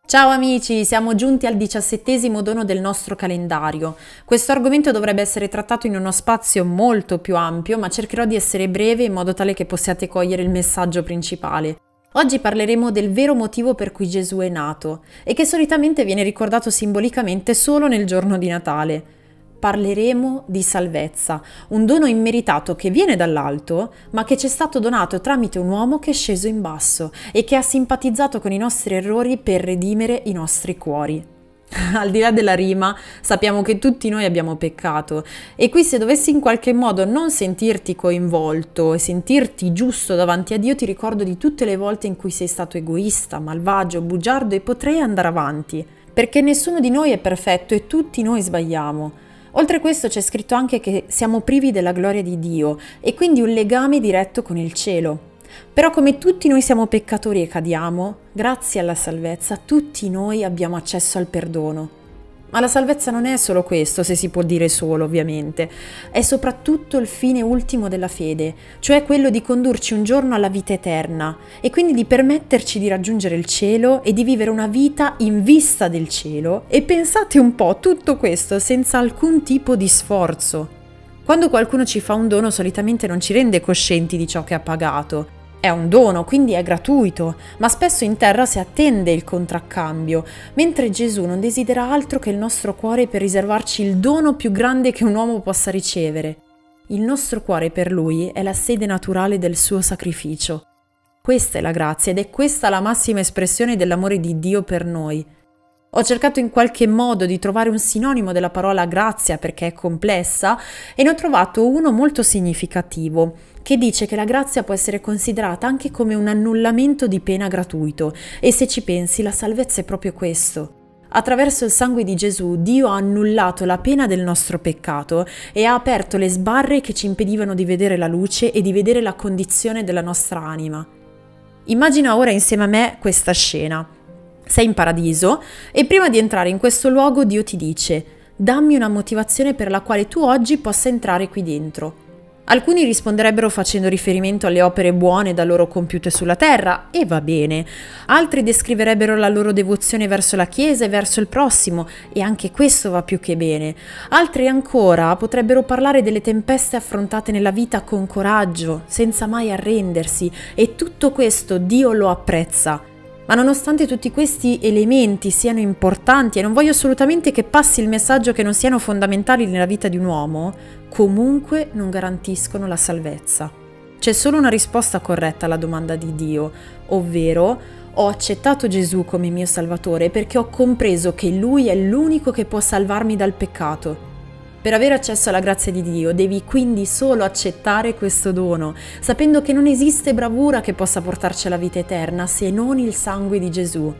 Ciao amici, siamo giunti al 17° dono del nostro calendario. Questo argomento dovrebbe essere trattato in uno spazio molto più ampio, ma cercherò di essere breve in modo tale che possiate cogliere il messaggio principale. Oggi parleremo del vero motivo per cui Gesù è nato e che solitamente viene ricordato simbolicamente solo nel giorno di Natale. Parleremo di salvezza, un dono immeritato che viene dall'alto, ma che ci è stato donato tramite un uomo che è sceso in basso e che ha simpatizzato con i nostri errori per redimere i nostri cuori. Al di là della rima, sappiamo che tutti noi abbiamo peccato e qui se dovessi in qualche modo non sentirti coinvolto e sentirti giusto davanti a Dio, ti ricordo di tutte le volte in cui sei stato egoista, malvagio, bugiardo e potrei andare avanti, perché nessuno di noi è perfetto e tutti noi sbagliamo. Oltre a questo c'è scritto anche che siamo privi della gloria di Dio e quindi un legame diretto con il cielo. Però come tutti noi siamo peccatori e cadiamo, grazie alla salvezza tutti noi abbiamo accesso al perdono. Ma la salvezza non è solo questo, se si può dire solo ovviamente, è soprattutto il fine ultimo della fede, cioè quello di condurci un giorno alla vita eterna e quindi di permetterci di raggiungere il cielo e di vivere una vita in vista del cielo, e pensate un po', tutto questo senza alcun tipo di sforzo. Quando qualcuno ci fa un dono solitamente non ci rende coscienti di ciò che ha pagato. È un dono, quindi è gratuito, ma spesso in terra si attende il contraccambio, mentre Gesù non desidera altro che il nostro cuore per riservarci il dono più grande che un uomo possa ricevere. Il nostro cuore per Lui è la sede naturale del suo sacrificio. Questa è la grazia ed è questa la massima espressione dell'amore di Dio per noi. Ho cercato in qualche modo di trovare un sinonimo della parola grazia perché è complessa e ne ho trovato uno molto significativo, che dice che la grazia può essere considerata anche come un annullamento di pena gratuito, e se ci pensi la salvezza è proprio questo. Attraverso il sangue di Gesù Dio ha annullato la pena del nostro peccato e ha aperto le sbarre che ci impedivano di vedere la luce e di vedere la condizione della nostra anima. Immagina ora insieme a me questa scena. Sei in paradiso e prima di entrare in questo luogo Dio ti dice: dammi una motivazione per la quale tu oggi possa entrare qui dentro. Alcuni risponderebbero facendo riferimento alle opere buone da loro compiute sulla terra, e va bene. Altri descriverebbero la loro devozione verso la Chiesa e verso il prossimo, e anche questo va più che bene. Altri ancora potrebbero parlare delle tempeste affrontate nella vita con coraggio, senza mai arrendersi, e tutto questo Dio lo apprezza. Ma nonostante tutti questi elementi siano importanti, e non voglio assolutamente che passi il messaggio che non siano fondamentali nella vita di un uomo, comunque non garantiscono la salvezza. C'è solo una risposta corretta alla domanda di Dio, ovvero: ho accettato Gesù come mio Salvatore perché ho compreso che Lui è l'unico che può salvarmi dal peccato. Per avere accesso alla grazia di Dio devi quindi solo accettare questo dono, sapendo che non esiste bravura che possa portarci alla vita eterna se non il sangue di Gesù.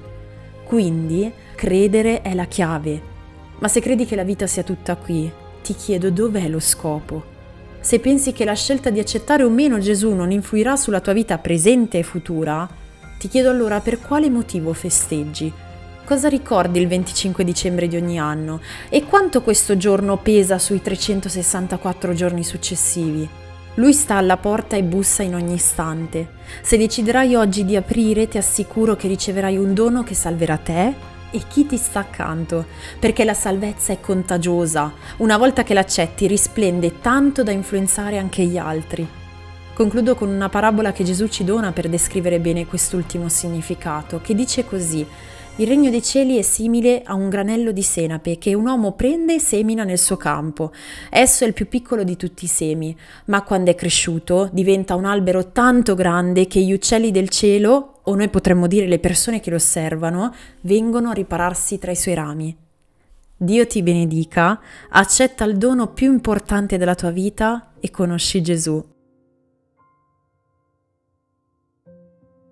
Quindi credere è la chiave. Ma se credi che la vita sia tutta qui, ti chiedo dov'è lo scopo. Se pensi che la scelta di accettare o meno Gesù non influirà sulla tua vita presente e futura, ti chiedo allora per quale motivo festeggi. Cosa ricordi il 25 dicembre di ogni anno e quanto questo giorno pesa sui 364 giorni successivi? Lui sta alla porta e bussa in ogni istante. Se deciderai oggi di aprire, ti assicuro che riceverai un dono che salverà te e chi ti sta accanto, perché la salvezza è contagiosa. Una volta che l'accetti, risplende tanto da influenzare anche gli altri. Concludo con una parabola che Gesù ci dona per descrivere bene quest'ultimo significato, che dice così: il regno dei cieli è simile a un granello di senape che un uomo prende e semina nel suo campo. Esso è il più piccolo di tutti i semi, ma quando è cresciuto diventa un albero tanto grande che gli uccelli del cielo, o noi potremmo dire le persone che lo osservano, vengono a ripararsi tra i suoi rami. Dio ti benedica, accetta il dono più importante della tua vita e conosci Gesù.